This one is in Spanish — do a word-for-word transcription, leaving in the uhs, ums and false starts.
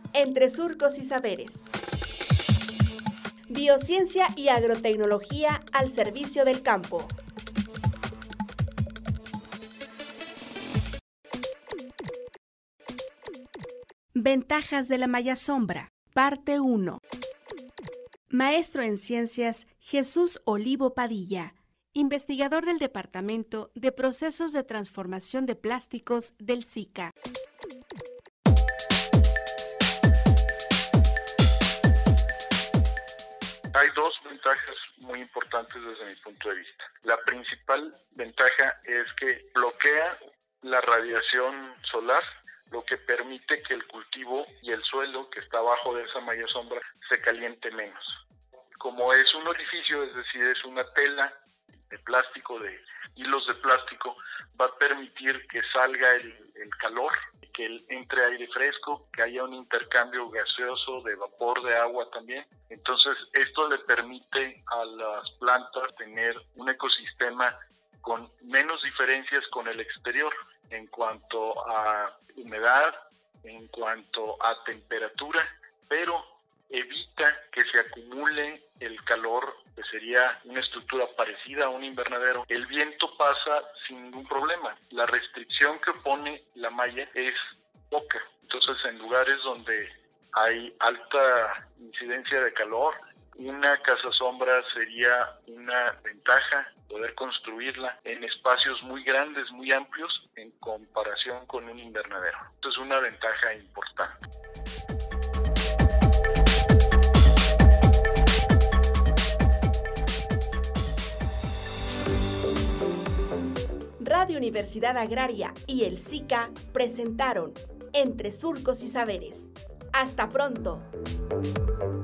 Entre surcos y saberes. Biociencia y agrotecnología al servicio del campo. Ventajas de la malla sombra, parte uno. Maestro en Ciencias Jesús Olivo Padilla, investigador del Departamento de Procesos de Transformación de Plásticos del SICA. Hay dos ventajas muy importantes desde mi punto de vista. La principal ventaja es que bloquea la radiación solar, lo que permite que el cultivo y el suelo que está abajo de esa malla sombra se caliente menos. Como es un orificio, es decir, es una tela de plástico, de hilos de plástico, va a permitir que salga el, el calor, que entre aire fresco, que haya un intercambio gaseoso de vapor de agua también. Entonces, esto le permite a las plantas tener un ecosistema con menos diferencias con el exterior en cuanto a humedad, en cuanto a temperatura, pero evita que se acumule el calor, que sería una estructura parecida a un invernadero. El viento pasa sin ningún problema. La restricción que pone la malla es poca. Entonces, en lugares donde hay alta incidencia de calor, una casa sombra sería una ventaja poder construirla en espacios muy grandes, muy amplios, en comparación con un invernadero. Esto es una ventaja importante. Radio Universidad Agraria y el SICA presentaron Entre Surcos y Saberes. ¡Hasta pronto!